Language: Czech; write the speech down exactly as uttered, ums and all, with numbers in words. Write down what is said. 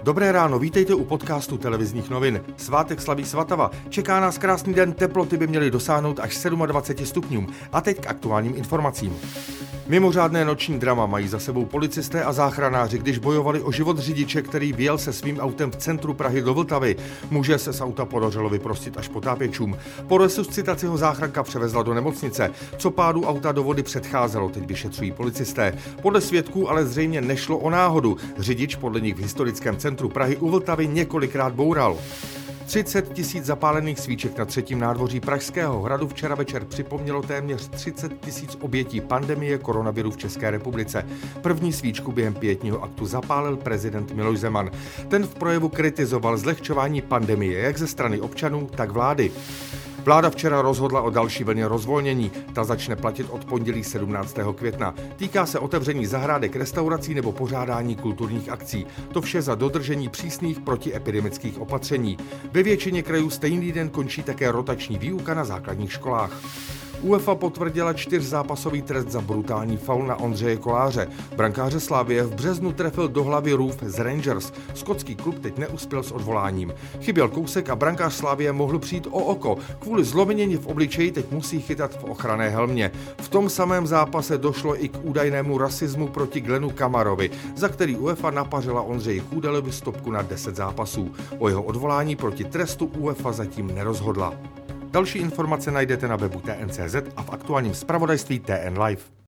Dobré ráno, vítejte u podcastu televizních novin. Svátek slaví Svatava. Čeká nás krásný den, teploty by měly dosáhnout až dvacet sedm stupňům. A teď k aktuálním informacím. Mimořádné noční drama mají za sebou policisté a záchranáři, když bojovali o život řidiče, který vjel se svým autem v centru Prahy do Vltavy. Muže se z auta podařilo vyprostit až potápěčům. Po resuscitaci ho záchranka převezla do nemocnice. Co pádu auta do vody předcházelo, teď vyšetřují policisté. Podle svědků ale zřejmě nešlo o náhodu. Řidič podle nich v historickém centru Prahy u Vltavy několikrát boural. třicet tisíc zapálených svíček na třetím nádvoří Pražského hradu včera večer připomnělo téměř třicet tisíc obětí pandemie koronaviru v České republice. První svíčku během pietního aktu zapálil prezident Miloš Zeman. Ten v projevu kritizoval zlehčování pandemie jak ze strany občanů, tak vlády. Vláda včera rozhodla o další vlně rozvolnění. Ta začne platit od pondělí sedmnáctého května. Týká se otevření zahrádek, restaurací nebo pořádání kulturních akcí. To vše za dodržení přísných protiepidemických opatření. Ve většině krajů stejný den končí také rotační výuka na základních školách. UEFA potvrdila čtyřzápasový trest za brutální faul na Ondřeje Koláře. Brankáře Slavie v březnu trefil do hlavy Roof z Rangers. Skotský klub teď neuspěl s odvoláním. Chyběl kousek a brankář Slavie mohl přijít o oko. Kvůli zlomenění v obličeji teď musí chytat v ochranné helmě. V tom samém zápase došlo i k údajnému rasismu proti Glenu Kamarovi, za který UEFA napařila Ondřeji Kůdelovi stopku na deset zápasů. O jeho odvolání proti trestu UEFA zatím nerozhodla. Další informace najdete na webu T N tečka cé zet a v aktuálním zpravodajství T N Live.